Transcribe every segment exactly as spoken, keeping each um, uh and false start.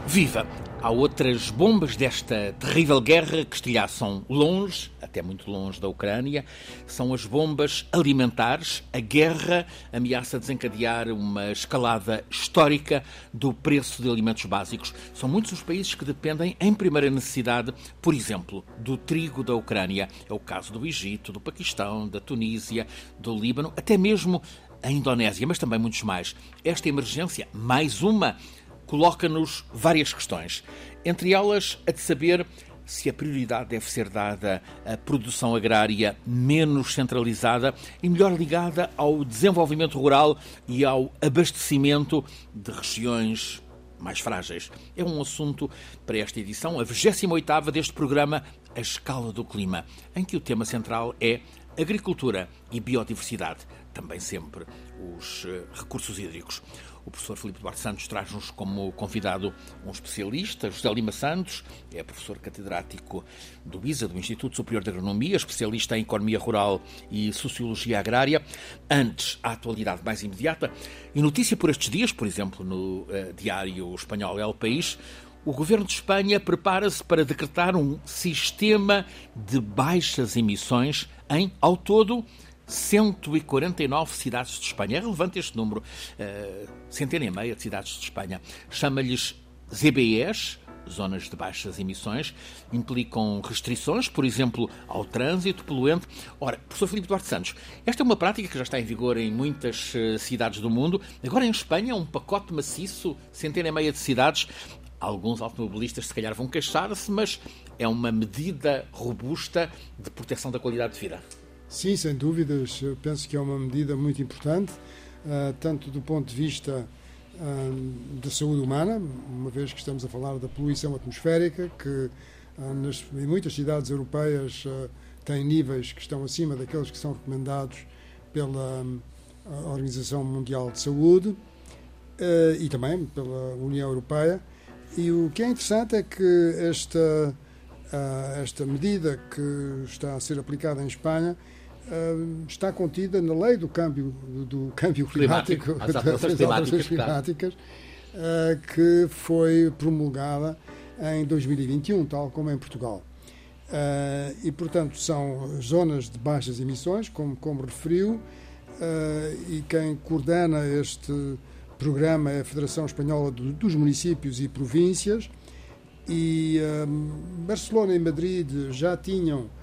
Viva! Há outras bombas desta terrível guerra que estilhaçam longe, até muito longe da Ucrânia. São as bombas alimentares. A guerra ameaça desencadear uma escalada histórica do preço de alimentos básicos. São muitos os países que dependem, em primeira necessidade, por exemplo, do trigo da Ucrânia. É o caso do Egito, do Paquistão, da Tunísia, do Líbano, até mesmo a Indonésia, mas também muitos mais. Esta emergência, mais uma, coloca-nos várias questões. Entre elas, a de saber se a prioridade deve ser dada à produção agrária menos centralizada e melhor ligada ao desenvolvimento rural e ao abastecimento de regiões mais frágeis. É um assunto para esta edição, a vigésima oitava deste programa A Escala do Clima, em que o tema central é agricultura e biodiversidade, também sempre os recursos hídricos. O professor Filipe Duarte Santos traz-nos como convidado um especialista, José Lima Santos, é professor catedrático do I S A, do Instituto Superior de Agronomia, especialista em Economia Rural e Sociologia Agrária. Antes, a atualidade mais imediata e notícia por estes dias, por exemplo, no uh, diário espanhol El País, o governo de Espanha prepara-se para decretar um sistema de baixas emissões em, ao todo, cento e quarenta e nove cidades de Espanha. É relevante este número. Uh, centena e meia de cidades de Espanha. Chama-lhes Z B Es, zonas de baixas emissões. Implicam restrições, por exemplo, ao trânsito poluente. Ora, professor Filipe Duarte Santos, esta é uma prática que já está em vigor em muitas uh, cidades do mundo. Agora, em Espanha, um pacote maciço, centena e meia de cidades. Alguns automobilistas, se calhar, vão queixar-se, mas é uma medida robusta de proteção da qualidade de vida. Sim, sem dúvidas. Eu penso que é uma medida muito importante, uh, tanto do ponto de vista uh, da saúde humana, uma vez que estamos a falar da poluição atmosférica, que uh, nas, em muitas cidades europeias uh, tem níveis que estão acima daqueles que são recomendados pela uh, Organização Mundial de Saúde uh, e também pela União Europeia. E o que é interessante é que esta, uh, esta medida que está a ser aplicada em Espanha uh, está contida na lei do câmbio, do câmbio climático, climático as alterações climáticas, climáticas uh, que foi promulgada em dois mil e vinte e um, tal como em Portugal. Uh, e, portanto, são zonas de baixas emissões, como, como referiu, uh, e quem coordena este programa é a Federação Espanhola dos Municípios e Províncias, e um, Barcelona e Madrid já tinham uh,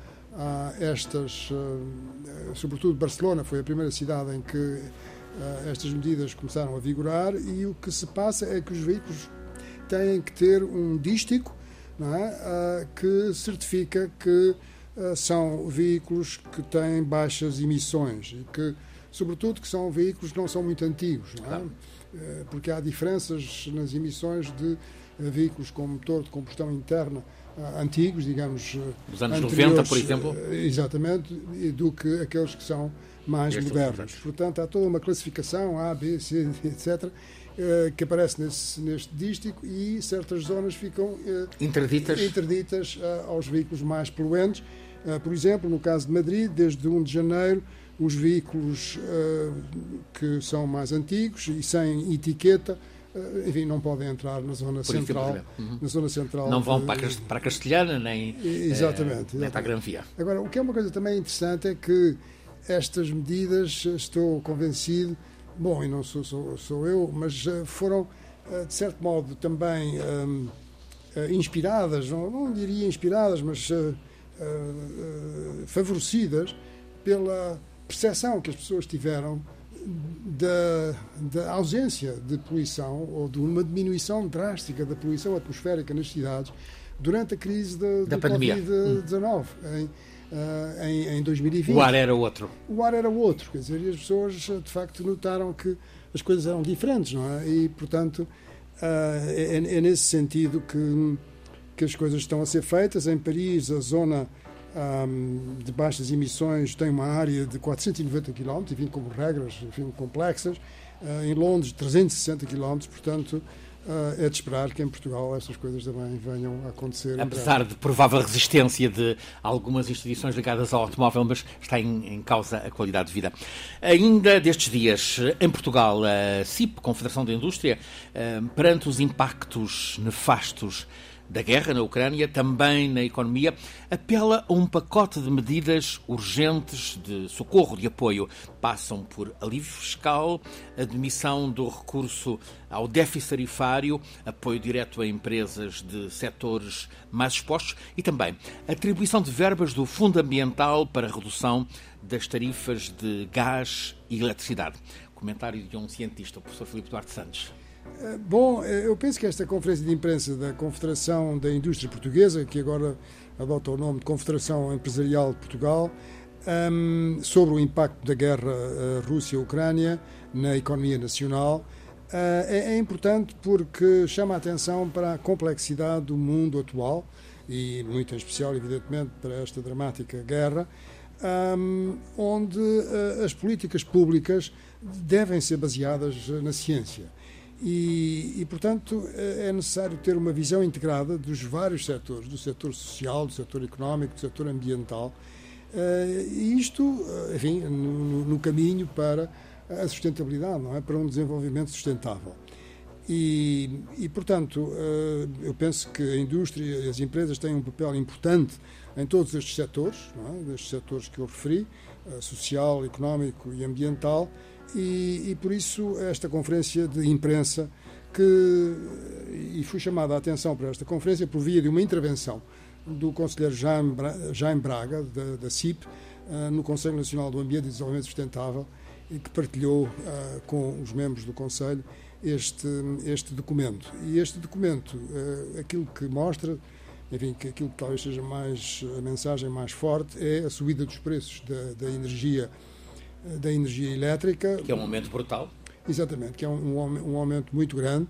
estas, uh, sobretudo Barcelona foi a primeira cidade em que uh, estas medidas começaram a vigorar, e o que se passa é que os veículos têm que ter um dístico, não é? uh, que certifica que uh, são veículos que têm baixas emissões e que, sobretudo, que são veículos que não são muito antigos, não é? Claro. Porque há diferenças nas emissões de veículos com motor de combustão interna antigos, digamos, dos anos noventa, por exemplo. Exatamente, do que aqueles que são mais Estes modernos. Portanto, há toda uma classificação A, B, C, etcétera, que aparece nesse, neste dístico, e certas zonas ficam interditas, interditas aos veículos mais poluentes. Por exemplo, no caso de Madrid, desde um de janeiro, os veículos uh, que são mais antigos e sem etiqueta, uh, enfim, não podem entrar na zona Por central. Uhum. Na zona central. Não vão de, para, a, para a Castelhana, nem, exatamente, uh, nem para a Gran Via. Agora, o que é uma coisa também interessante é que estas medidas, estou convencido, bom, e não sou, sou, sou eu, mas uh, foram, uh, de certo modo, também um, uh, inspiradas, não, não diria inspiradas, mas uh, uh, uh, favorecidas pela percepção que as pessoas tiveram da, da ausência de poluição, ou de uma diminuição drástica da poluição atmosférica nas cidades durante a crise de, da do pandemia. covid dezenove, em, uh, em, em dois mil e vinte. O ar era outro. O ar era outro, quer dizer, e as pessoas de facto notaram que as coisas eram diferentes, não é? E, portanto, uh, é, é nesse sentido que, que as coisas estão a ser feitas. Em Paris, a zona Um, de baixas emissões tem uma área de quatrocentos e noventa quilómetros, enfim, como regras, enfim, complexas. Uh, em Londres, trezentos e sessenta quilómetros, portanto, é de esperar que em Portugal estas coisas também venham a acontecer. Apesar de provável resistência de algumas instituições ligadas ao automóvel, mas está em, em causa a qualidade de vida. Ainda destes dias, em Portugal, a C I P, Confederação da Indústria, perante os impactos nefastos da guerra na Ucrânia, também na economia, apela a um pacote de medidas urgentes de socorro, de apoio. Passam por alívio fiscal, admissão do recurso ao déficit tarifário, apoio direto a empresas de setores mais expostos e também atribuição de verbas do Fundo Ambiental para redução das tarifas de gás e eletricidade. Comentário de um cientista, o professor Filipe Duarte Santos. Bom, eu penso que esta conferência de imprensa da Confederação da Indústria Portuguesa, que agora adota o nome de Confederação Empresarial de Portugal, um, sobre o impacto da guerra uh, Rússia-Ucrânia na economia nacional, uh, é, é importante porque chama a atenção para a complexidade do mundo atual e, muito em especial, evidentemente, para esta dramática guerra, um, onde uh, as políticas públicas devem ser baseadas na ciência. E, e, portanto, é necessário ter uma visão integrada dos vários setores, do setor social, do setor económico, do setor ambiental, e isto, enfim, no, no caminho para a sustentabilidade, não é? Para um desenvolvimento sustentável. E, e, portanto, eu penso que a indústria e as empresas têm um papel importante em todos estes setores, não é? Estes setores que eu referi, social, económico e ambiental, e, e por isso esta conferência de imprensa, que, e fui chamada a atenção para esta conferência por via de uma intervenção do conselheiro Jaime, Jaime Braga, da, da C I P, uh, no Conselho Nacional do Ambiente e Desenvolvimento Sustentável, e que partilhou uh, com os membros do Conselho este, este documento. E este documento, uh, aquilo que mostra, enfim, que aquilo que talvez seja mais, a mensagem mais forte, é a subida dos preços da, da energia da energia elétrica. Que é um aumento brutal. Exatamente, que é um, um aumento muito grande.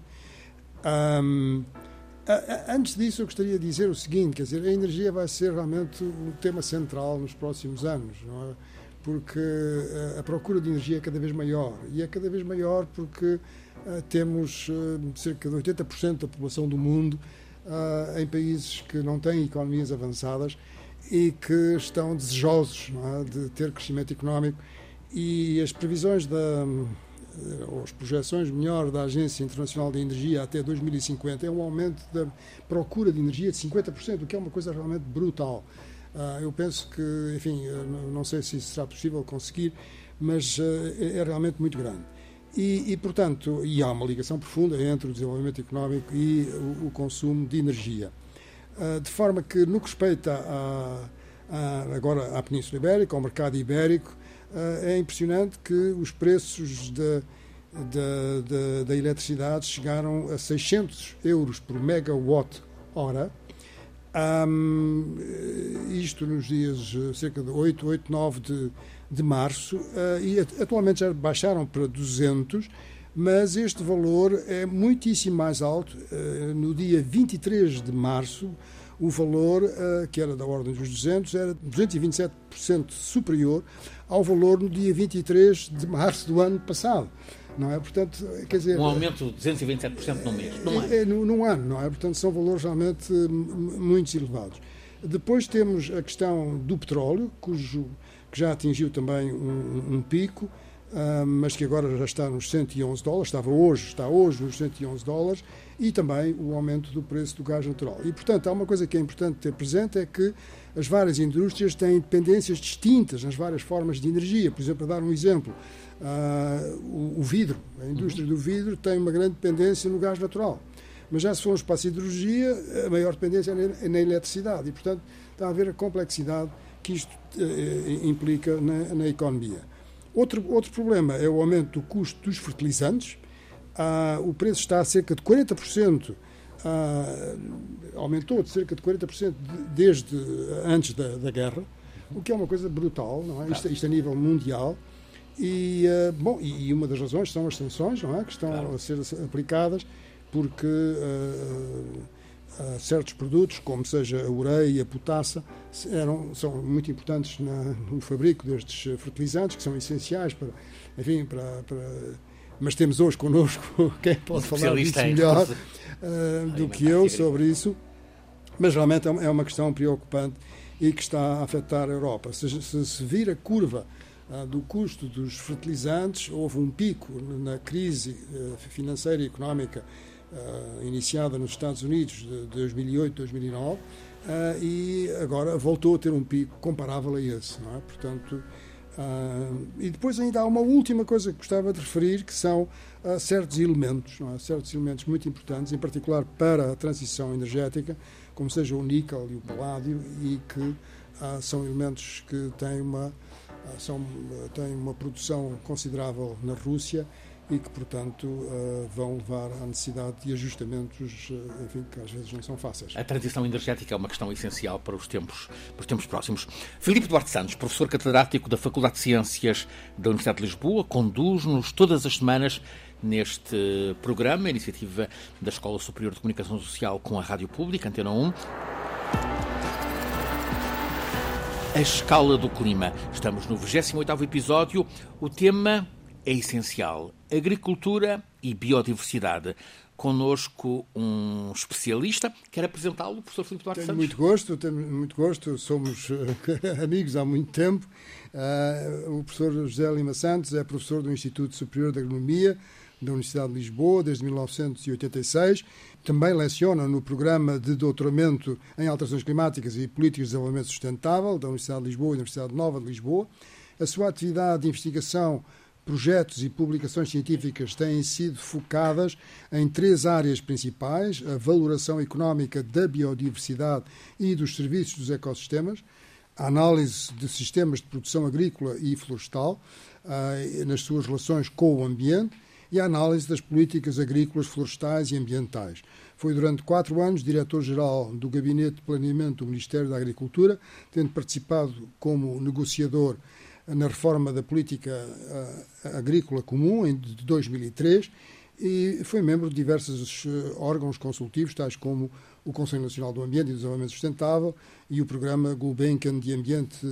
Um, a, a, antes disso, eu gostaria de dizer o seguinte, quer dizer, a energia vai ser realmente um tema central nos próximos anos, não é? Porque a, a procura de energia é cada vez maior, e é cada vez maior porque uh, temos uh, cerca de oitenta por cento da população do mundo uh, em países que não têm economias avançadas e que estão desejosos, não é, de ter crescimento económico. E as previsões, da, ou as projeções, melhor, da Agência Internacional de Energia até dois mil e cinquenta é um aumento da procura de energia de cinquenta por cento, o que é uma coisa realmente brutal. Uh, eu penso que, enfim, não sei se isso será possível conseguir, mas uh, é realmente muito grande. E, e, portanto, e há uma ligação profunda entre o desenvolvimento económico e o, o consumo de energia. Uh, de forma que, no que respeita a, a, agora à Península Ibérica, ao mercado ibérico, é impressionante que os preços da, da, da, da eletricidade chegaram a seiscentos euros por megawatt-hora, um, isto nos dias cerca de oito, oito, nove de, de março, uh, e atualmente já baixaram para duzentos, mas este valor é muitíssimo mais alto. Uh, no dia vinte e três de março, o valor, uh, que era da ordem dos duzentos, era duzentos e vinte e sete por cento superior ao valor no dia vinte e três de março do ano passado, não é? Portanto, quer dizer... Um aumento de duzentos e vinte e sete por cento no mês, num ano. É, é, num ano, não é? Portanto, são valores realmente muito elevados. Depois temos a questão do petróleo, cujo, que já atingiu também um, um pico, uh, mas que agora já está nos cento e onze dólares, estava hoje, está hoje nos cento e onze dólares, e também o aumento do preço do gás natural. E, portanto, há uma coisa que é importante ter presente, é que as várias indústrias têm dependências distintas nas várias formas de energia. Por exemplo, para dar um exemplo, uh, o, o vidro, a indústria do vidro tem uma grande dependência no gás natural. Mas já se formos para a siderurgia, a maior dependência é na eletricidade. E, portanto, está a haver a complexidade que isto uh, implica na, na economia. Outro, outro problema é o aumento do custo dos fertilizantes. Uh, o preço está a cerca de quarenta por cento, uh, aumentou de cerca de quarenta por cento de, desde antes da, da guerra, o que é uma coisa brutal, não é? Isto, isto a nível mundial. E, uh, bom, e uma das razões são as sanções, não é? Que estão claro. a ser aplicadas, porque uh, uh, certos produtos, como seja a ureia e a potassa, eram, são muito importantes na, no fabrico destes fertilizantes, que são essenciais para, enfim, para, para mas temos hoje connosco quem pode falar disso melhor uh, do que eu sobre isso, mas realmente é uma questão preocupante e que está a afetar a Europa. Se se, se vir a curva uh, do custo dos fertilizantes, houve um pico na crise uh, financeira e económica uh, iniciada nos Estados Unidos de dois mil e oito, dois mil e nove, uh, e agora voltou a ter um pico comparável a esse, não é? Portanto, Uh, e depois ainda há uma última coisa que gostava de referir, que são uh, certos elementos, não é? Certos elementos muito importantes, em particular para a transição energética, como seja o níquel e o paládio, e que uh, são elementos que têm uma, uh, são, uh, têm uma produção considerável na Rússia e que, portanto, uh, vão levar à necessidade de ajustamentos, uh, enfim, que às vezes não são fáceis. A transição energética é uma questão essencial para os tempos, para os tempos próximos. Filipe Duarte Santos, professor catedrático da Faculdade de Ciências da Universidade de Lisboa, conduz-nos todas as semanas neste programa, a iniciativa da Escola Superior de Comunicação Social com a Rádio Pública, Antena um. A escala do clima. Estamos no vigésimo oitavo episódio. O tema é essencial: agricultura e biodiversidade. Connosco um especialista. Quero apresentá-lo, professor Filipe Duarte Santos. Tenho muito gosto, tenho muito gosto. Somos uh, amigos há muito tempo. Uh, o professor José Lima Santos é professor do Instituto Superior de Agronomia da Universidade de Lisboa desde mil novecentos e oitenta e seis. Também leciona no programa de doutoramento em alterações climáticas e políticas de desenvolvimento sustentável da Universidade de Lisboa e da Universidade Nova de Lisboa. A sua atividade de investigação, projetos e publicações científicas têm sido focadas em três áreas principais: a valoração económica da biodiversidade e dos serviços dos ecossistemas, a análise de sistemas de produção agrícola e florestal nas suas relações com o ambiente e a análise das políticas agrícolas, florestais e ambientais. Foi durante quatro anos diretor-geral do Gabinete de Planeamento do Ministério da Agricultura, tendo participado como negociador na reforma da política agrícola comum de dois mil e três, e foi membro de diversos órgãos consultivos, tais como o Conselho Nacional do Ambiente e do Desenvolvimento Sustentável e o Programa Gulbenkian de Ambiente,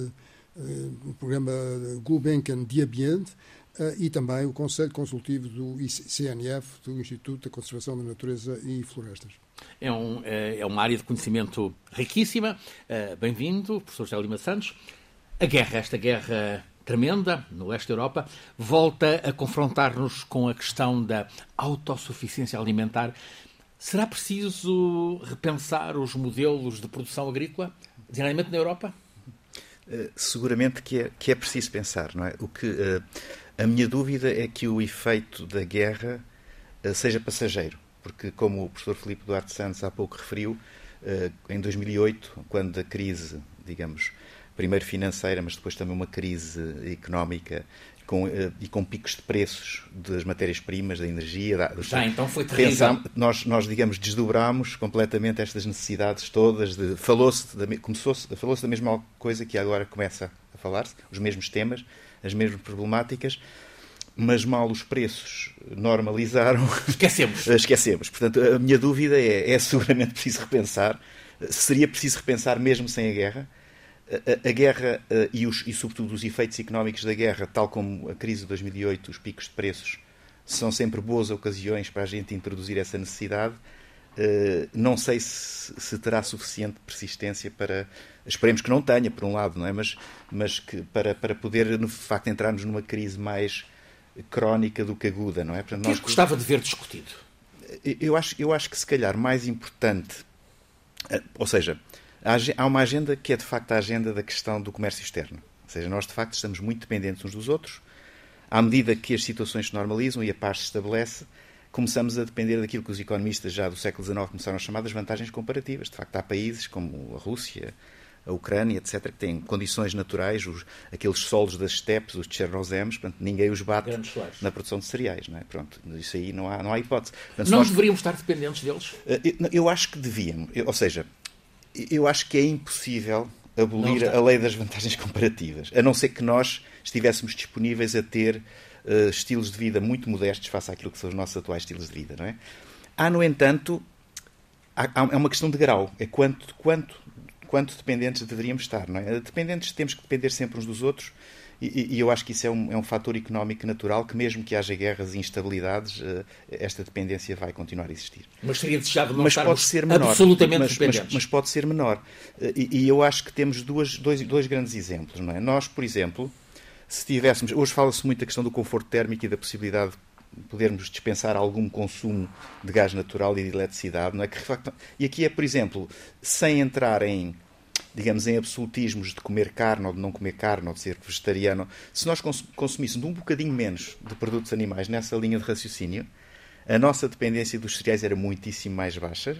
o Programa Gulbenkian de Ambiente, e também o Conselho Consultivo do C N F, do Instituto da Conservação da Natureza e Florestas. É, um, é uma área de conhecimento riquíssima. Bem-vindo, professor José Lima Santos. A guerra, esta guerra tremenda no leste da Europa, volta a confrontar-nos com a questão da autossuficiência alimentar. Será preciso repensar os modelos de produção agrícola, designadamente na Europa? Uh, seguramente que é, que é preciso pensar, não é? O que, uh, a minha dúvida é que o efeito da guerra uh, seja passageiro, porque, como o professor Filipe Duarte Santos há pouco referiu, uh, em dois mil e oito, quando a crise, digamos, primeiro financeira, mas depois também uma crise económica com, uh, e com picos de preços das matérias-primas, da energia. Da, dos... Já, então foi terrível. Pensamos, nós, nós, digamos, desdobrámos completamente estas necessidades todas. De, falou-se, da, começou-se, falou-se da mesma coisa que agora começa a falar-se, os mesmos temas, as mesmas problemáticas, mas mal os preços normalizaram. Esquecemos. Esquecemos. Portanto, a minha dúvida é, é seguramente preciso repensar. Seria preciso repensar mesmo sem a guerra. A, a guerra uh, e, os, e, sobretudo, os efeitos económicos da guerra, tal como a crise de dois mil e oito, os picos de preços, são sempre boas ocasiões para a gente introduzir essa necessidade. Uh, não sei se, se terá suficiente persistência para... Esperemos que não tenha, por um lado, não é? Mas, mas que para, para poder, de facto, entrarmos numa crise mais crónica do que aguda, não é? Portanto, o que nós... gostava de ver discutido? Eu acho, eu acho que, se calhar, mais importante... Ou seja... Há uma agenda que é, de facto, a agenda da questão do comércio externo. Ou seja, nós, de facto, estamos muito dependentes uns dos outros. À medida que as situações se normalizam e a paz se estabelece, começamos a depender daquilo que os economistas já do século dezenove começaram a chamar das vantagens comparativas. De facto, há países como a Rússia, a Ucrânia, etcétera, que têm condições naturais, os, aqueles solos das estepes, os tchernozems, portanto, ninguém os bate na produção de cereais. Não é? Pronto, isso aí não há, não há hipótese. Portanto, nós, nós deveríamos estar dependentes deles? Eu, eu acho que devíamos. Eu, ou seja... Eu acho que é impossível abolir a lei das vantagens comparativas, a não ser que nós estivéssemos disponíveis a ter uh, estilos de vida muito modestos face àquilo que são os nossos atuais estilos de vida, não é? Há, no entanto, há, há, é uma questão de grau, é quanto, quanto, quanto dependentes deveríamos estar, não é? Dependentes, temos que depender sempre uns dos outros E, e eu acho que isso é um, é um fator económico natural que, mesmo que haja guerras e instabilidades, esta dependência vai continuar a existir. Mas seria desejável não mas pode ser menor, absolutamente mas, dependentes. Mas, mas pode ser menor. E, e eu acho que temos duas, dois, dois grandes exemplos. Não é? Nós, por exemplo, se tivéssemos... Hoje fala-se muito da questão do conforto térmico e da possibilidade de podermos dispensar algum consumo de gás natural e de eletricidade. Não é? E aqui é, por exemplo, sem entrar em... digamos, em absolutismos de comer carne ou de não comer carne ou de ser vegetariano, se nós consumíssemos um bocadinho menos de produtos animais nessa linha de raciocínio, a nossa dependência dos cereais era muitíssimo mais baixa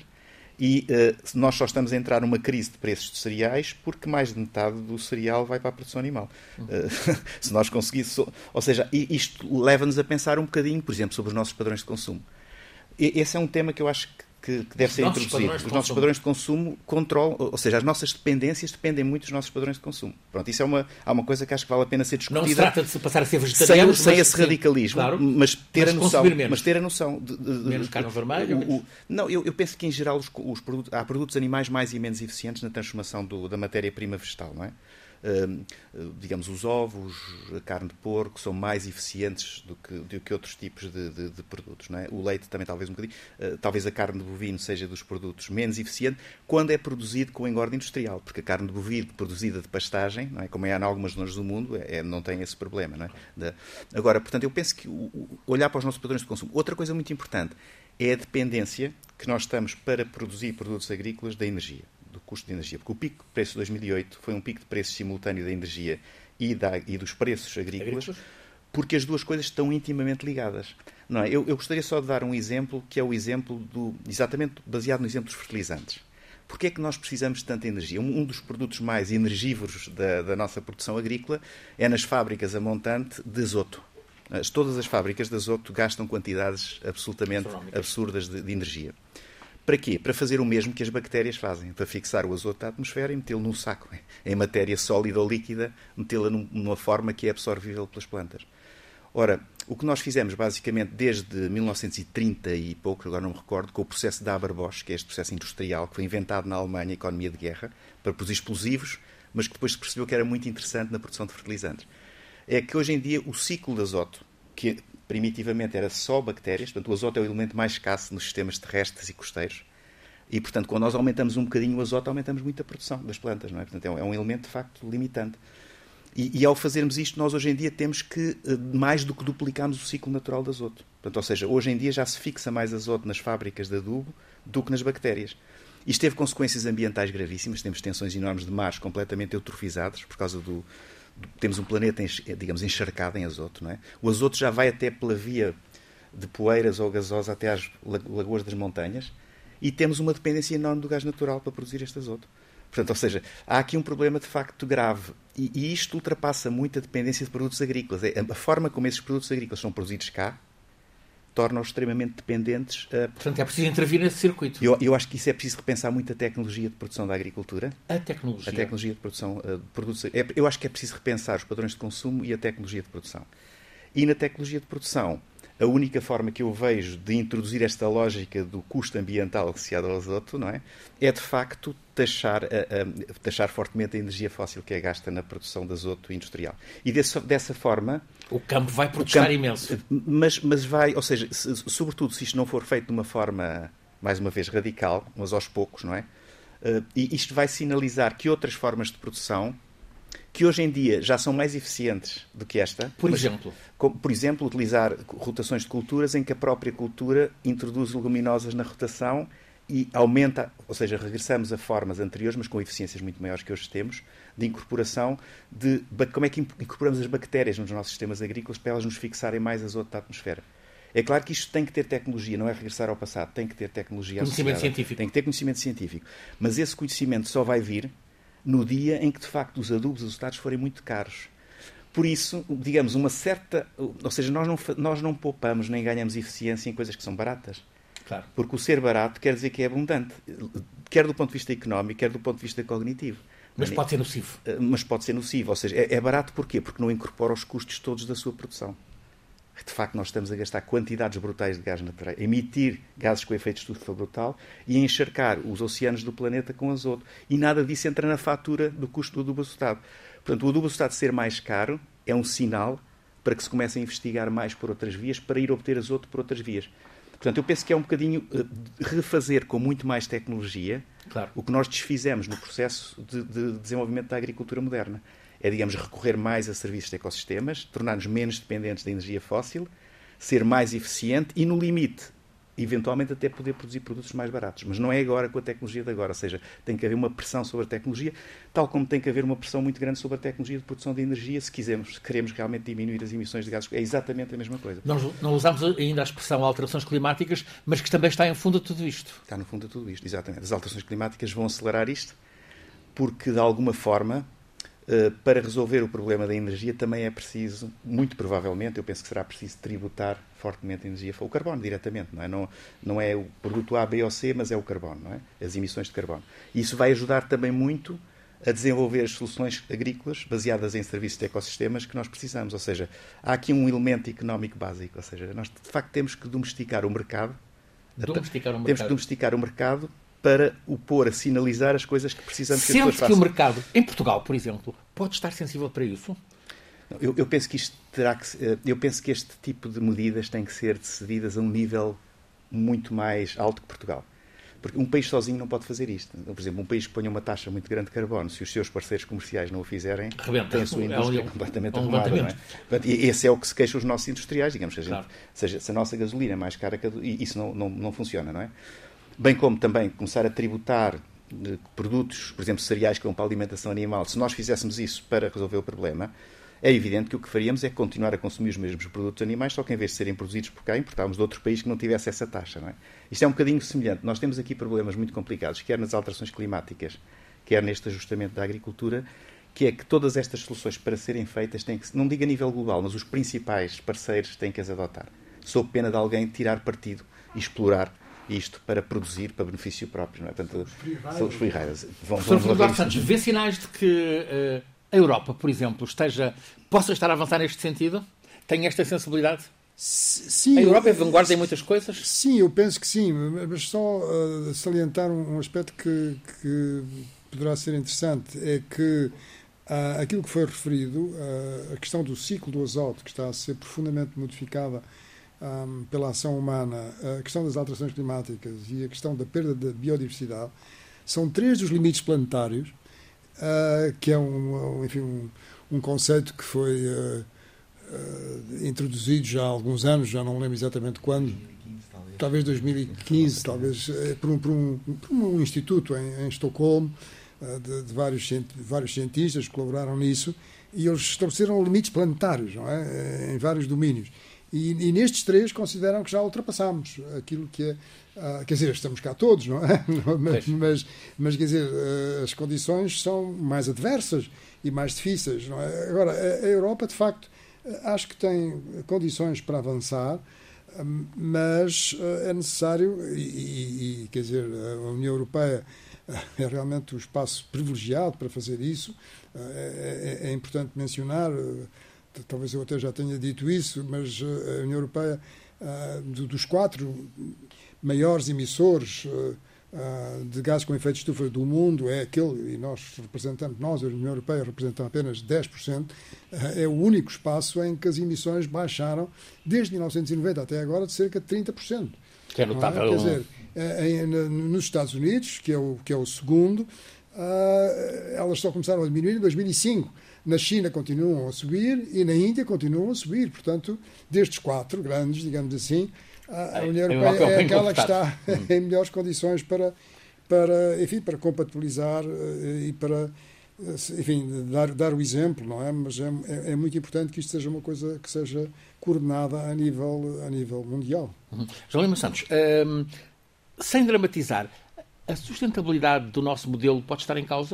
e uh, nós só estamos a entrar numa crise de preços de cereais porque mais de metade do cereal vai para a produção animal. Uh, se nós conseguíssemos... Ou seja, isto leva-nos a pensar um bocadinho, por exemplo, sobre os nossos padrões de consumo. E, esse é um tema que eu acho que que deve ser introduzido. Os nossos padrões de consumo controlam, ou seja, as nossas dependências dependem muito dos nossos padrões de consumo. Pronto, isso é uma, há uma coisa que acho que vale a pena ser discutida. Não se trata de se passar a ser vegetariano, sem, sem esse sim, radicalismo, claro, mas ter mas a noção, mas ter a noção de, de, de, menos carne vermelha. O, o, não, eu, eu penso que em geral os, os produtos, há produtos animais mais e menos eficientes na transformação do, da matéria-prima vegetal, não é? Uh, uh, digamos, os ovos, a carne de porco são mais eficientes do que, do que outros tipos de, de, de produtos, não é? O leite também talvez um bocadinho, uh, talvez a carne de bovino seja dos produtos menos eficiente quando é produzido com engorda industrial, porque a carne de bovino produzida de pastagem, não é? Como é em algumas zonas do mundo, é, é, não tem esse problema, não é? De... Agora, portanto, eu penso que o, o, olhar para os nossos padrões de consumo. Outra coisa muito importante é a dependência que nós estamos para produzir produtos agrícolas da energia, do custo de energia, porque o pico de preço de dois mil e oito foi um pico de preço simultâneo da energia e, da, e dos preços agrícolas, agrícolas, porque as duas coisas estão intimamente ligadas. Não é? eu, eu gostaria só de dar um exemplo, que é o exemplo, do, exatamente baseado no exemplo dos fertilizantes. Porquê é que nós precisamos de tanta energia? Um, um dos produtos mais energívoros da, da nossa produção agrícola é nas fábricas a montante de azoto. As, todas as fábricas de azoto gastam quantidades absolutamente absurdas de, de energia. Para quê? Para fazer o mesmo que as bactérias fazem, para fixar o azoto da atmosfera e metê-lo num saco, em matéria sólida ou líquida, metê-la numa forma que é absorvível pelas plantas. Ora, o que nós fizemos basicamente desde mil novecentos e trinta e pouco, agora não me recordo, com o processo da Haber-Bosch, que é este processo industrial que foi inventado na Alemanha, economia de guerra, para produzir explosivos, mas que depois se percebeu que era muito interessante na produção de fertilizantes, é que hoje em dia o ciclo de azoto, que primitivamente era só bactérias, portanto o azoto é o elemento mais escasso nos sistemas terrestres e costeiros, e portanto quando nós aumentamos um bocadinho o azoto, aumentamos muito a produção das plantas, não é? Portanto é um elemento de facto limitante. E, e ao fazermos isto, nós hoje em dia temos que, mais do que duplicarmos o ciclo natural de azoto. Portanto, ou seja, hoje em dia já se fixa mais azoto nas fábricas de adubo do que nas bactérias. Isto teve consequências ambientais gravíssimas, temos tensões enormes de mares completamente eutrofizados por causa do... Temos um planeta, digamos, encharcado em azoto, não é? O azoto já vai até pela via de poeiras ou gasosa até às lagoas das montanhas e temos uma dependência enorme do gás natural para produzir este azoto. Portanto, ou seja, há aqui um problema de facto grave e, e isto ultrapassa muito a dependência de produtos agrícolas. A forma como esses produtos agrícolas são produzidos cá torna-os extremamente dependentes. Uh, Portanto, é preciso intervir nesse circuito. Eu, eu acho que isso é preciso repensar muito a tecnologia de produção da agricultura. A tecnologia? A tecnologia de produção uh, de produtos. É, eu acho que é preciso repensar os padrões de consumo e a tecnologia de produção. E na tecnologia de produção, a única forma que eu vejo de introduzir esta lógica do custo ambiental associado ao azoto, não é? É de facto taxar, uh, uh, taxar fortemente a energia fóssil que é gasta na produção de azoto industrial. E desse, dessa forma... O campo vai protestar campo, imenso. Mas, mas vai, ou seja, se, sobretudo se isto não for feito de uma forma, mais uma vez, radical, mas aos poucos, não é? Uh, e isto vai sinalizar que outras formas de produção, que hoje em dia já são mais eficientes do que esta. Por mas, exemplo? Como, por exemplo, utilizar rotações de culturas em que a própria cultura introduz leguminosas na rotação e aumenta, ou seja, regressamos a formas anteriores, mas com eficiências muito maiores que hoje temos, de incorporação de... Como é que incorporamos as bactérias nos nossos sistemas agrícolas para elas nos fixarem mais azoto da atmosfera? É claro que isto tem que ter tecnologia, não é regressar ao passado, tem que ter tecnologia associada. Conhecimento científico. Tem que ter conhecimento científico. Mas esse conhecimento só vai vir no dia em que, de facto, os adubos azotados forem muito caros. Por isso, digamos, uma certa... Ou seja, nós não, nós não poupamos nem ganhamos eficiência em coisas que são baratas. Claro. Porque o ser barato quer dizer que é abundante, quer do ponto de vista económico, quer do ponto de vista cognitivo. Mas pode ser nocivo. Mas pode ser nocivo. Ou seja, é, é barato porquê? Porque não incorpora os custos todos da sua produção. De facto, nós estamos a gastar quantidades brutais de gás natural, a emitir gases com efeito de estufa brutal e a encharcar os oceanos do planeta com azoto. E nada disso entra na fatura do custo do adubo azotado. Portanto, o adubo azotado ser mais caro é um sinal para que se comece a investigar mais por outras vias, para ir obter azoto por outras vias. Portanto, eu penso que é um bocadinho uh, refazer com muito mais tecnologia claro. o que nós desfizemos no processo de, de desenvolvimento da agricultura moderna. É, digamos, recorrer mais a serviços de ecossistemas, tornar-nos menos dependentes da energia fóssil, ser mais eficiente e, no limite, eventualmente até poder produzir produtos mais baratos. Mas não é agora com a tecnologia de agora. Ou seja, tem que haver uma pressão sobre a tecnologia, tal como tem que haver uma pressão muito grande sobre a tecnologia de produção de energia, se quisermos, se queremos realmente diminuir as emissões de gases. É exatamente a mesma coisa. Nós não usamos ainda a expressão alterações climáticas, mas que também está em fundo de tudo isto. Está no fundo de tudo isto, exatamente. As alterações climáticas vão acelerar isto, porque, de alguma forma, para resolver o problema da energia também é preciso, muito provavelmente, eu penso que será preciso tributar fortemente a energia, o carbono diretamente, não é? Não, não é o produto A, B ou C, mas é o carbono, não é? As emissões de carbono. E isso vai ajudar também muito a desenvolver as soluções agrícolas baseadas em serviços de ecossistemas que nós precisamos. Ou seja, há aqui um elemento económico básico, ou seja, nós de facto temos que domesticar o mercado. Domesticar o mercado. Temos que domesticar o mercado para o pôr a sinalizar as coisas que precisamos que as pessoas façam. Sente que o mercado, em Portugal, por exemplo, pode estar sensível para isso? Eu, eu penso que isto terá que, eu penso que este tipo de medidas têm que ser decididas a um nível muito mais alto que Portugal. Porque um país sozinho não pode fazer isto. Por exemplo, um país que ponha uma taxa muito grande de carbono, se os seus parceiros comerciais não o fizerem, rebenta. Tem a sua indústria é um, completamente é um arrumada. Não é? Portanto, esse é o que se queixam os nossos industriais, digamos que a gente, claro. seja, se a nossa gasolina é mais cara, que a, isso não, não, não funciona, não é? Bem como também começar a tributar de produtos, por exemplo, cereais que vão para a alimentação animal. Se nós fizéssemos isso para resolver o problema, é evidente que o que faríamos é continuar a consumir os mesmos produtos animais, só que em vez de serem produzidos por cá, importávamos de outro país que não tivesse essa taxa. Não é? Isto é um bocadinho semelhante. Nós temos aqui problemas muito complicados, quer nas alterações climáticas, quer neste ajustamento da agricultura, que é que todas estas soluções, para serem feitas, têm que, não digo a nível global, mas os principais parceiros têm que as adotar. Sob pena de alguém tirar partido e explorar isto para produzir para benefício próprio. Não é? Portanto, são os free riders. Professor Filipe Santos, vê sinais de que uh, a Europa, por exemplo, esteja, possa estar a avançar neste sentido? Tem esta sensibilidade? Sim. A Europa é vanguarda em muitas coisas? Sim, eu penso que sim, mas só uh, salientar um, um aspecto que, que poderá ser interessante, é que uh, aquilo que foi referido, uh, a questão do ciclo do azoto, que está a ser profundamente modificada Um, pela ação humana, a questão das alterações climáticas e a questão da perda da biodiversidade, são três dos limites planetários, uh, que é um, enfim, um, um conceito que foi uh, uh, introduzido já há alguns anos, já não lembro exatamente quando, talvez dois mil e quinze, talvez, uh, por, um, por, um, por um instituto em, em Estocolmo, uh, de, de, vários, de vários cientistas que colaboraram nisso, e eles estabeleceram limites planetários, não é? Em vários domínios. E, e nestes três consideram que já ultrapassámos aquilo que é... Uh, quer dizer, estamos cá todos, não é? mas, mas, mas, quer dizer, uh, as condições são mais adversas e mais difíceis, não é? Agora, a, a Europa, de facto, uh, acho que tem condições para avançar, uh, mas uh, é necessário, e, e, e, quer dizer, a União Europeia uh, é realmente o espaço privilegiado para fazer isso. Uh, é, é, é importante mencionar... Uh, talvez eu até já tenha dito isso, mas a União Europeia, uh, dos quatro maiores emissores uh, uh, de gases com efeito de estufa do mundo, é aquele, e nós representamos, nós, a União Europeia, representamos apenas dez por cento, uh, é o único espaço em que as emissões baixaram, desde mil novecentos e noventa até agora, de cerca de trinta por cento. Que é notável. É? Quer dizer, em, nos Estados Unidos, que é o, que é o segundo, uh, elas só começaram a diminuir em dois mil e cinco. Na China continuam a subir e na Índia continuam a subir. Portanto, destes quatro grandes, digamos assim, a União Europeia é aquela que está em melhores condições para, para, enfim, para compatibilizar e para, enfim, dar, dar o exemplo, não é? Mas é, é muito importante que isto seja uma coisa que seja coordenada a nível, a nível mundial. Uhum. João Lima Santos, hum, sem dramatizar, a sustentabilidade do nosso modelo pode estar em causa?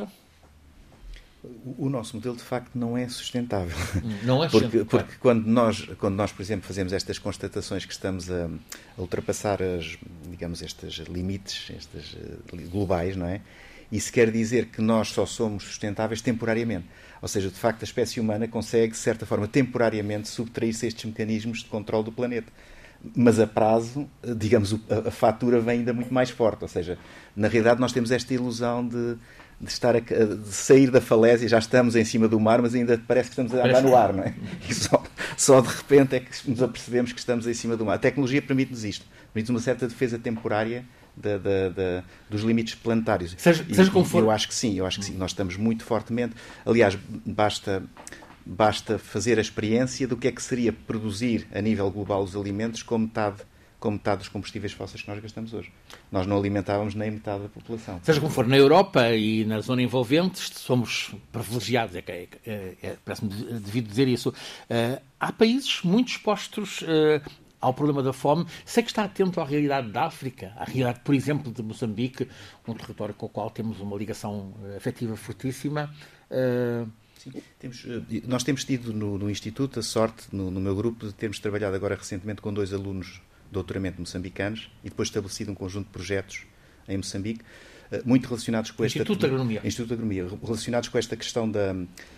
O nosso modelo, de facto, não é sustentável. Não é sustentável. Porque, porque quando, nós, quando nós, por exemplo, fazemos estas constatações que estamos a, a ultrapassar, as, digamos, estes limites estes globais, não é? Isso quer dizer que nós só somos sustentáveis temporariamente. Ou seja, de facto, a espécie humana consegue, de certa forma, temporariamente subtrair-se a estes mecanismos de controle do planeta. mas a prazo, digamos, a, a fatura vem ainda muito mais forte. Ou seja, na realidade nós temos esta ilusão de, de, estar a, de sair da falésia, já estamos em cima do mar, mas ainda parece que estamos a andar no ar, não é? E só, só de repente é que nos apercebemos que estamos em cima do mar. A tecnologia permite-nos isto, permite-nos uma certa defesa temporária da, da, da, dos limites planetários. Seja, e, seja como for. Eu acho que sim, eu acho que sim. Nós estamos muito fortemente... Aliás, basta... Basta fazer a experiência do que é que seria produzir a nível global os alimentos com metade, com metade dos combustíveis fósseis que nós gastamos hoje. Nós não alimentávamos nem metade da população. Seja como for, na Europa e na zona envolvente somos privilegiados, é, é, é, é, parece-me devido dizer isso. Uh, há países muito expostos uh, ao problema da fome. Sei que está atento à realidade da África, à realidade, por exemplo, de Moçambique, um território com o qual temos uma ligação afetiva fortíssima. Uh, Sim, temos, nós temos tido no, no Instituto a sorte, no, no meu grupo, de termos trabalhado agora recentemente com dois alunos de doutoramento moçambicanos e depois estabelecido um conjunto de projetos em Moçambique, muito relacionados com esta... Instituto de Agronomia. Instituto de Agronomia, relacionados com esta questão da,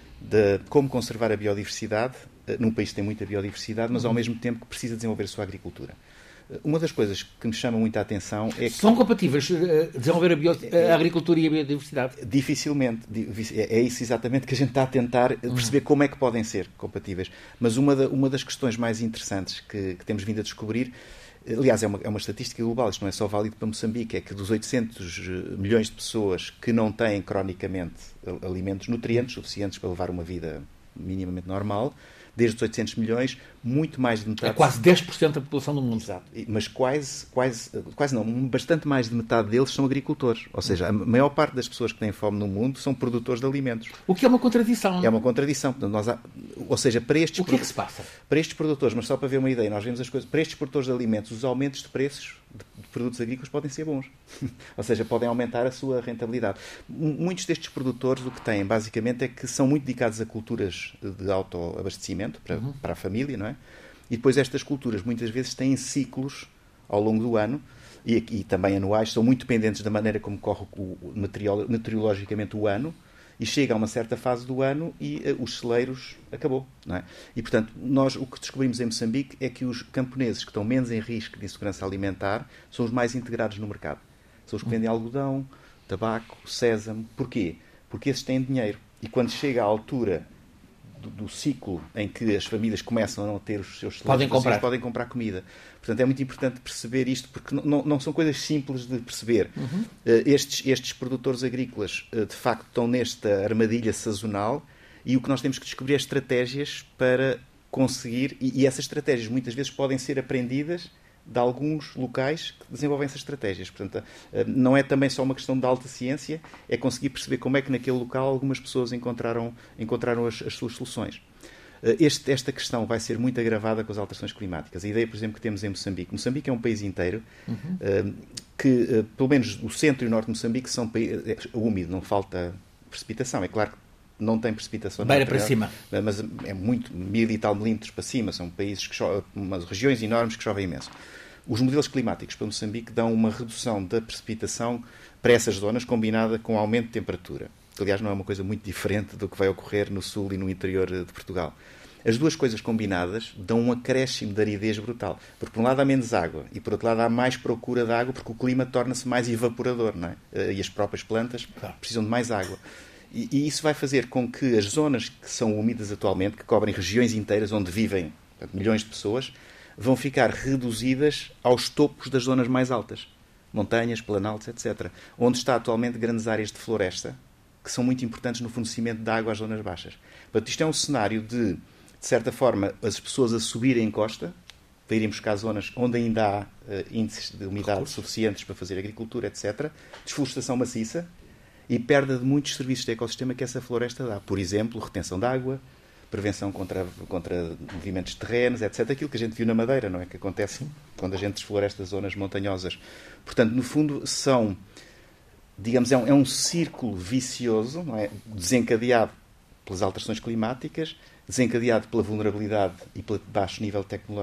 da como conservar a biodiversidade, num país que tem muita biodiversidade, mas ao mesmo tempo que precisa desenvolver a sua agricultura. Uma das coisas que me chama muita atenção é que... São compatíveis desenvolver a, bio... a agricultura e a biodiversidade? Dificilmente. É isso exatamente que a gente está a tentar perceber como é que podem ser compatíveis. Mas uma, da, uma das questões mais interessantes que, que temos vindo a descobrir, aliás, é uma, é uma estatística global, isto não é só válido para Moçambique, é que dos oitocentos milhões de pessoas que não têm cronicamente alimentos, nutrientes suficientes para levar uma vida minimamente normal, desde os oitocentos milhões, muito mais de metade... É quase dez por cento da população do mundo. Exato. Mas quase, quase, quase não, bastante mais de metade deles são agricultores. Ou seja, a maior parte das pessoas que têm fome no mundo são produtores de alimentos. O que é uma contradição. É uma contradição. Nós há, ou seja, para estes... O que é que se passa? Para estes produtores, mas só para ver uma ideia, nós vemos as coisas... Para estes produtores de alimentos, os aumentos de preços de produtos agrícolas podem ser bons. Ou seja, podem aumentar a sua rentabilidade. Muitos destes produtores o que têm, basicamente, é que são muito dedicados a culturas de autoabastecimento para, uhum. para a família, não é? E depois estas culturas, muitas vezes, têm ciclos ao longo do ano e, e também anuais, são muito dependentes da maneira como corre o, o material, meteorologicamente o ano, e chega a uma certa fase do ano e uh, os celeiros acabou, não é? E, portanto, nós o que descobrimos em Moçambique é que os camponeses que estão menos em risco de insegurança alimentar são os mais integrados no mercado. São os que vendem algodão, tabaco, sésamo. Porquê? Porque esses têm dinheiro. E quando chega à altura do, do ciclo em que as famílias começam a não ter os seus celeiros, podem comprar. podem comprar comida. Portanto, é muito importante perceber isto, porque não, não, não são coisas simples de perceber. Uhum. Uh, estes, estes produtores agrícolas, uh, de facto, estão nesta armadilha sazonal e o que nós temos que descobrir é estratégias para conseguir... E, e essas estratégias, muitas vezes, podem ser aprendidas de alguns locais que desenvolvem essas estratégias. Portanto, uh, não é também só uma questão de alta ciência, é conseguir perceber como é que naquele local algumas pessoas encontraram, encontraram as, as suas soluções. Este, esta questão vai ser muito agravada com as alterações climáticas. A ideia, por exemplo, que temos em Moçambique. Moçambique é um país inteiro uhum. uh, que, uh, pelo menos o centro e o norte de Moçambique, são países é úmido, não falta precipitação. É claro que não tem precipitação. Beira para cima. Mas é muito, mil e tal milímetros para cima. São países que chovem, umas regiões enormes que chovem imenso. Os modelos climáticos para Moçambique dão uma redução da precipitação para essas zonas, combinada com aumento de temperatura. Aliás, não é uma coisa muito diferente do que vai ocorrer no sul e no interior de Portugal. As duas coisas combinadas dão um acréscimo de aridez brutal. Porque, por um lado, há menos água e, por outro lado, há mais procura de água porque o clima torna-se mais evaporador, não é? E as próprias plantas claro. precisam de mais água. E, e isso vai fazer com que as zonas que são úmidas atualmente, que cobrem regiões inteiras onde vivem portanto, milhões de pessoas, vão ficar reduzidas aos topos das zonas mais altas. Montanhas, planaltos, etcétera. Onde está atualmente grandes áreas de floresta, que são muito importantes no fornecimento de água às zonas baixas. Portanto, isto é um cenário de, de certa forma, as pessoas a subirem em costa, para irem buscar zonas onde ainda há uh, índices de umidade Recursos. suficientes para fazer agricultura, etcétera, desflorestação maciça e perda de muitos serviços de ecossistema que essa floresta dá. Por exemplo, retenção de água, prevenção contra, contra movimentos de terrenos, etcétera. Aquilo que a gente viu na Madeira, não é? Que acontece Sim. quando a gente desfloresta zonas montanhosas. Portanto, no fundo, são... digamos, é um, é um círculo vicioso, não é? Desencadeado pelas alterações climáticas, desencadeado pela vulnerabilidade e pelo baixo nível tecnológico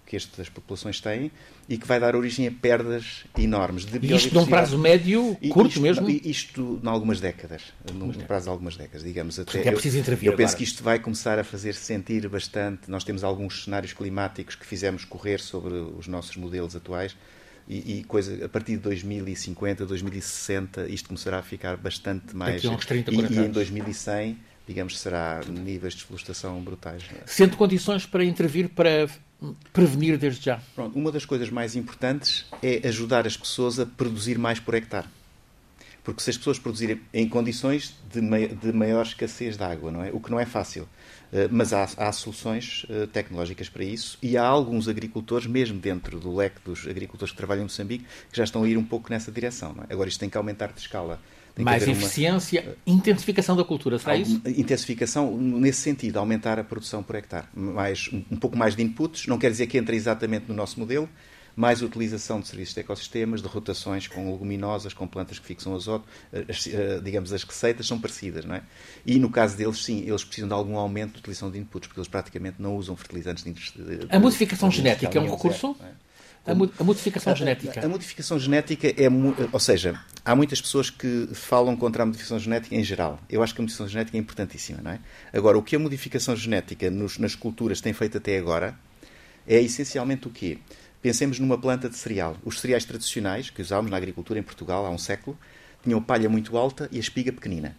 que estas populações têm e que vai dar origem a perdas enormes de biodiversidade. Isto num prazo médio, curto isto, mesmo? Isto em algumas décadas, num prazo de algumas décadas, digamos. Até é preciso intervir Eu, eu penso agora. que isto vai começar a fazer-se sentir bastante. Nós temos alguns cenários climáticos que fizemos correr sobre os nossos modelos atuais e, e coisa, a partir de dois mil e cinquenta, dois mil e sessenta, isto começará a ficar bastante mais... Daqui a uns trinta, e, quarenta e em anos. dois mil e cem, digamos, será níveis de desflorestação brutais. Sente condições para intervir, para prevenir desde já? Pronto, uma das coisas mais importantes é ajudar as pessoas a produzir mais por hectare. Porque se as pessoas produzirem em condições de, mai de maior escassez de água, não é? O que não é fácil. Uh, mas há, há soluções uh, tecnológicas para isso e há alguns agricultores, mesmo dentro do leque dos agricultores que trabalham em Moçambique, que já estão a ir um pouco nessa direção. Não é? Agora isto tem que aumentar de escala. Tem mais que haver eficiência, uma... intensificação da cultura, será isso? Intensificação nesse sentido, aumentar a produção por hectare. Mais, um pouco mais de inputs, não quer dizer que entre exatamente no nosso modelo, mais utilização de serviços de ecossistemas, de rotações com leguminosas, com plantas que fixam azoto, as, digamos, as receitas são parecidas, não é? E no caso deles, sim, eles precisam de algum aumento de utilização de inputs, porque eles praticamente não usam fertilizantes de... de a modificação de, genética de, é um recurso? É? A, mo a modificação a, genética? A, a modificação genética é... Ou seja, há muitas pessoas que falam contra a modificação genética em geral. Eu acho que a modificação genética é importantíssima, não é? Agora, o que a modificação genética nos, nas culturas tem feito até agora é essencialmente o quê? Pensemos numa planta de cereal. Os cereais tradicionais, que usávamos na agricultura em Portugal há um século, tinham a palha muito alta e a espiga pequenina.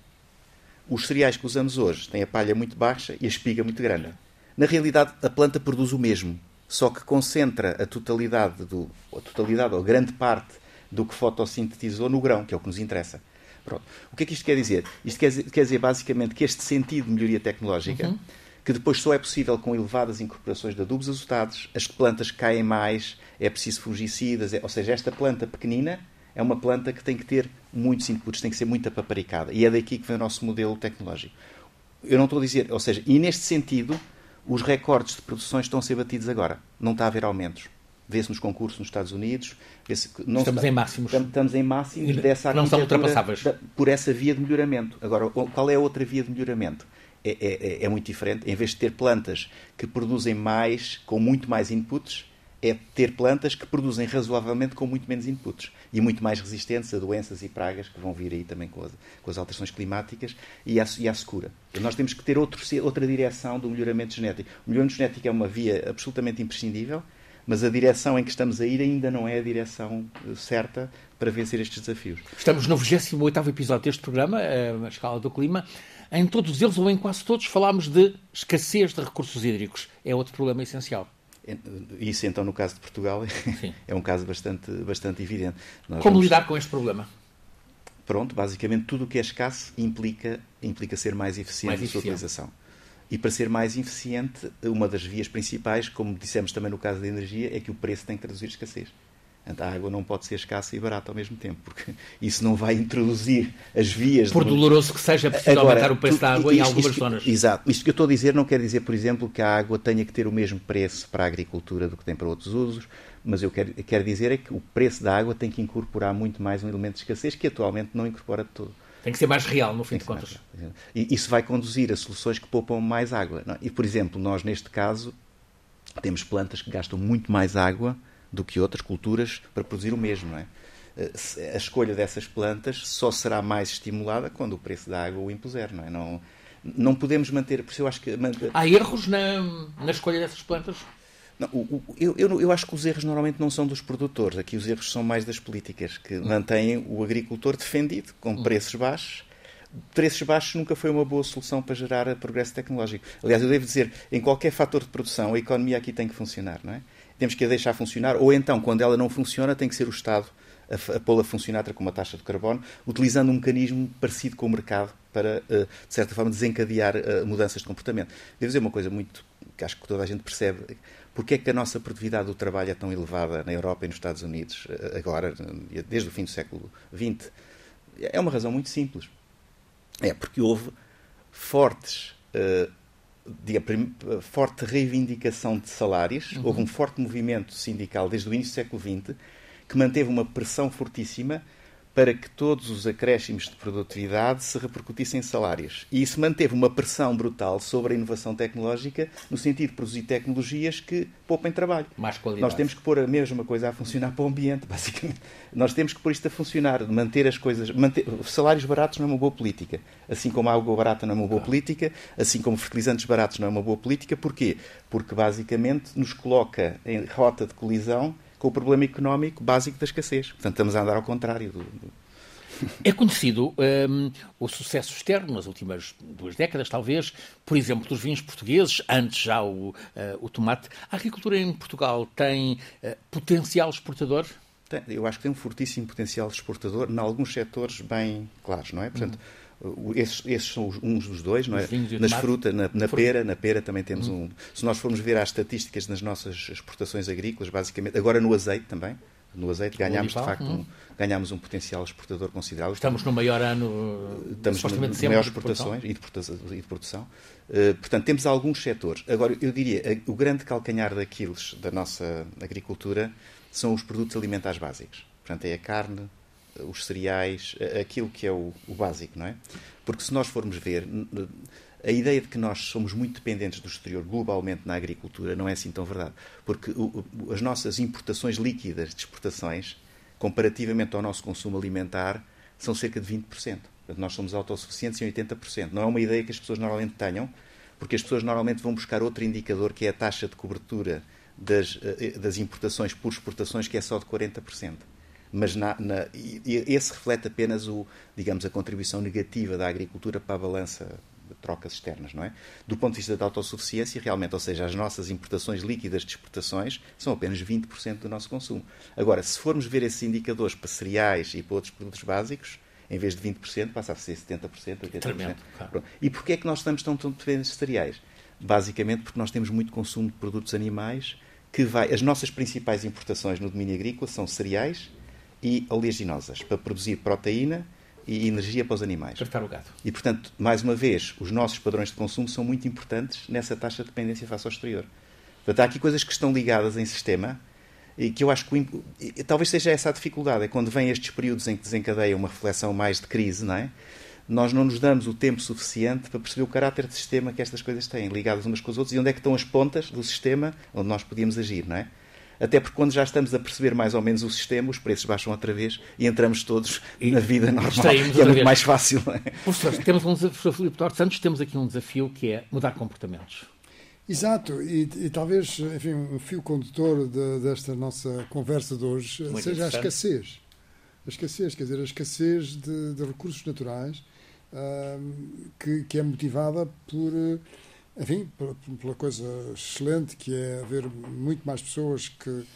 Os cereais que usamos hoje têm a palha muito baixa e a espiga muito grande. Na realidade, a planta produz o mesmo, só que concentra a totalidade, do, a totalidade ou grande parte do que fotossintetizou no grão, que é o que nos interessa. Pronto. O que é que isto quer dizer? Isto quer dizer, quer dizer basicamente que este sentido de melhoria tecnológica, uhum. que depois só é possível com elevadas incorporações de adubos azotados, as plantas caem mais, é preciso fungicidas, é, ou seja, esta planta pequenina é uma planta que tem que ter muitos inputs, tem que ser muito apaparicada. E é daqui que vem o nosso modelo tecnológico. Eu não estou a dizer, ou seja, e neste sentido, os recordes de produções estão a ser batidos agora. Não está a haver aumentos. Vê-se nos concursos nos Estados Unidos. Não estamos está, em máximos. Estamos em máximos dessa não são ultrapassáveis. Por essa via de melhoramento. Agora, qual é a outra via de melhoramento? É, é, é muito diferente. Em vez de ter plantas que produzem mais, com muito mais inputs, é ter plantas que produzem razoavelmente com muito menos inputs e muito mais resistentes a doenças e pragas que vão vir aí também com as, com as alterações climáticas e à, e à secura. Nós temos que ter outro, outra direção do melhoramento genético. O melhoramento genético é uma via absolutamente imprescindível, mas a direção em que estamos a ir ainda não é a direção certa para vencer estes desafios. Estamos no vigésimo oitavo episódio deste programa, a Escala do Clima. Em todos eles, ou em quase todos, falámos de escassez de recursos hídricos. É outro problema essencial. Isso, então, no caso de Portugal, é um caso bastante, bastante evidente. Nós Como vamos... lidar com este problema? Pronto, basicamente, tudo o que é escasso implica, implica ser mais eficiente mais na sua utilização. E para ser mais eficiente, uma das vias principais, como dissemos também no caso da energia, é que o preço tem que traduzir escassez. A água não pode ser escassa e barata ao mesmo tempo, porque isso não vai introduzir as vias... Por de... doloroso que seja, é preciso Agora, aumentar o preço tu, da água isto, em algumas isto, zonas. Exato. Isto que eu estou a dizer não quer dizer, por exemplo, que a água tenha que ter o mesmo preço para a agricultura do que tem para outros usos, mas eu quero, quero dizer é que o preço da água tem que incorporar muito mais um elemento de escassez que atualmente não incorpora de todo. Tem que ser mais real, no fim de contas. E isso vai conduzir a soluções que poupam mais água. Não? E, por exemplo, nós, neste caso, temos plantas que gastam muito mais água do que outras culturas para produzir o mesmo, não é? A escolha dessas plantas só será mais estimulada quando o preço da água o impuser, não é? Não, não podemos manter... Por isso eu acho que... Há erros na, na escolha dessas plantas? Não, o, o, eu, eu, eu acho que os erros normalmente não são dos produtores. Aqui os erros são mais das políticas, que hum. mantêm o agricultor defendido, com hum. preços baixos. Preços baixos nunca foi uma boa solução para gerar progresso tecnológico. Aliás, eu devo dizer, em qualquer fator de produção, a economia aqui tem que funcionar, não é? Temos que a deixar funcionar, ou então, quando ela não funciona, tem que ser o Estado a, a pô-la a funcionar com uma taxa de carbono, utilizando um mecanismo parecido com o mercado para, de certa forma, desencadear mudanças de comportamento. Devo dizer uma coisa muito que acho que toda a gente percebe. Porque é que a nossa produtividade do trabalho é tão elevada na Europa e nos Estados Unidos, agora, desde o fim do século vinte? É uma razão muito simples. É porque houve fortes... Uh, Diga, forte reivindicação de salários, uhum. houve um forte movimento sindical desde o início do século vinte que manteve uma pressão fortíssima para que todos os acréscimos de produtividade se repercutissem em salários. E isso manteve uma pressão brutal sobre a inovação tecnológica, no sentido de produzir tecnologias que poupem trabalho. Mais qualidade. Nós temos que pôr a mesma coisa a funcionar para o ambiente, basicamente. Nós temos que pôr isto a funcionar, manter as coisas... Manter... Salários baratos não é uma boa política. Assim como a água barata não é uma boa política, assim como fertilizantes baratos não é uma boa política. Porquê? Porque, basicamente, nos coloca em rota de colisão com o problema económico básico da escassez. Portanto, estamos a andar ao contrário do... do... É conhecido um, o sucesso externo nas últimas duas décadas, talvez, por exemplo, dos vinhos portugueses, antes já o, uh, o tomate. A agricultura em Portugal tem uh, potencial exportador? Tem, eu acho que tem um fortíssimo potencial exportador em alguns setores bem claros, não é? Portanto, uhum. esses, esses são uns dos dois, não é? Nas frutas, na, na pera, na pera também temos uhum. um... Se nós formos ver as estatísticas nas nossas exportações agrícolas, basicamente, agora no azeite também, no azeite ganhámos, de facto, um, ganhámos um potencial exportador considerável. Estamos no maior ano, estamos nas maiores exportações e de produção. E de produção. Uh, portanto, temos alguns setores. Agora, eu diria, o grande calcanhar daqueles da nossa agricultura são os produtos alimentares básicos. Portanto, é a carne, os cereais, aquilo que é o, o básico, não é? Porque se nós formos ver... A ideia de que nós somos muito dependentes do exterior globalmente na agricultura não é assim tão verdade. Porque o, o, as nossas importações líquidas de exportações, comparativamente ao nosso consumo alimentar, são cerca de vinte por cento. Portanto, nós somos autossuficientes em oitenta por cento. Não é uma ideia que as pessoas normalmente tenham, porque as pessoas normalmente vão buscar outro indicador, que é a taxa de cobertura das, das importações por exportações, que é só de quarenta por cento. Mas na, na, e, e esse reflete apenas o, digamos, a contribuição negativa da agricultura para a balança de trocas externas, não é? Do ponto de vista da autossuficiência, realmente, ou seja, as nossas importações líquidas de exportações são apenas vinte por cento do nosso consumo. Agora, se formos ver esses indicadores para cereais e para outros produtos básicos, em vez de vinte por cento, passa a ser setenta por cento, oitenta por cento. Tremendo, claro. E porquê é que nós estamos tão, tão dependentes de cereais? Basicamente porque nós temos muito consumo de produtos animais, que vai... As nossas principais importações no domínio agrícola são cereais e oleaginosas, para produzir proteína e energia para os animais. Para o gado. E, portanto, mais uma vez, os nossos padrões de consumo são muito importantes nessa taxa de dependência face ao exterior. Portanto, há aqui coisas que estão ligadas em sistema e que eu acho que e, talvez seja essa a dificuldade, é quando vêm estes períodos em que desencadeia uma reflexão mais de crise, não é? Nós não nos damos o tempo suficiente para perceber o caráter de sistema que estas coisas têm, ligadas umas com as outras, e onde é que estão as pontas do sistema onde nós podíamos agir, não é? Até porque quando já estamos a perceber mais ou menos o sistema, os preços baixam outra vez e entramos todos e na vida normal. E é muito vez. mais fácil. Não é? Professor, temos um desafio, Filipe Duarte Santos, temos aqui um desafio que é mudar comportamentos. Exato, e, e talvez, enfim, um fio condutor de, desta nossa conversa de hoje muito seja a escassez. A escassez, quer dizer, a escassez de, de recursos naturais uh, que, que é motivada por... Enfim, pela coisa excelente que é haver muito mais pessoas que, uh,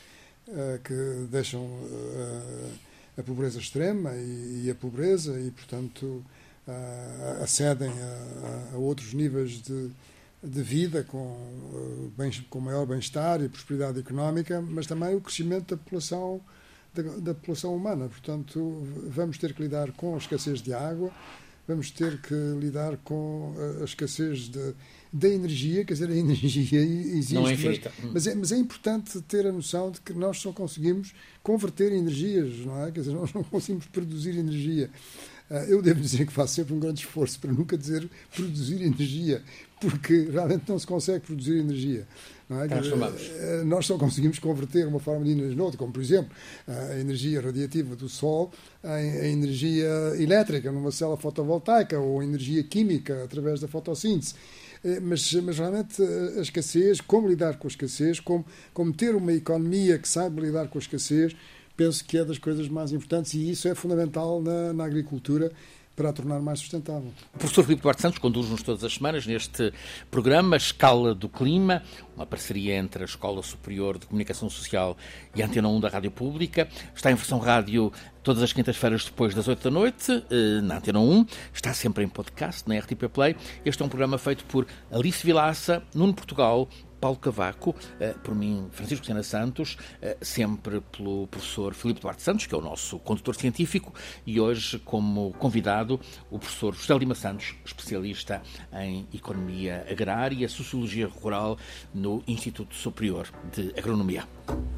que deixam uh, a pobreza extrema e, e a pobreza e, portanto, uh, acedem a, a outros níveis de, de vida com, uh, bem, com maior bem-estar e prosperidade económica, mas também o crescimento da população, da, da população humana. Portanto, vamos ter que lidar com a escassez de água, vamos ter que lidar com a escassez de da energia, quer dizer, a energia existe, não é mas, mas, é, mas é importante ter a noção de que nós só conseguimos converter energias, não é? Quer dizer, nós não conseguimos produzir energia. Eu devo dizer que faço sempre um grande esforço para nunca dizer produzir energia, porque realmente não se consegue produzir energia. Não é? Dizer, nós só conseguimos converter uma forma de energia noutra, como, por exemplo, a energia radiativa do Sol em, em energia elétrica numa célula fotovoltaica ou energia química através da fotossíntese. Mas, mas realmente a escassez, como lidar com a escassez, como, como ter uma economia que saiba lidar com a escassez, penso que é das coisas mais importantes e isso é fundamental na, na agricultura para a tornar mais sustentável. O professor Filipe Duarte Santos conduz-nos todas as semanas neste programa Escala do Clima, uma parceria entre a Escola Superior de Comunicação Social e a Antena um da Rádio Pública. Está em versão rádio todas as quintas-feiras depois das oito da noite, na Antena um. Está sempre em podcast, na R T P Play. Este é um programa feito por Alice Vilaça, Nuno Portugal, Paulo Cavaco, por mim, Francisco Sena Santos, sempre pelo professor Filipe Duarte Santos, que é o nosso condutor científico, e hoje, como convidado, o professor José Lima Santos, especialista em Economia Agrária e Sociologia Rural no Instituto Superior de Agronomia.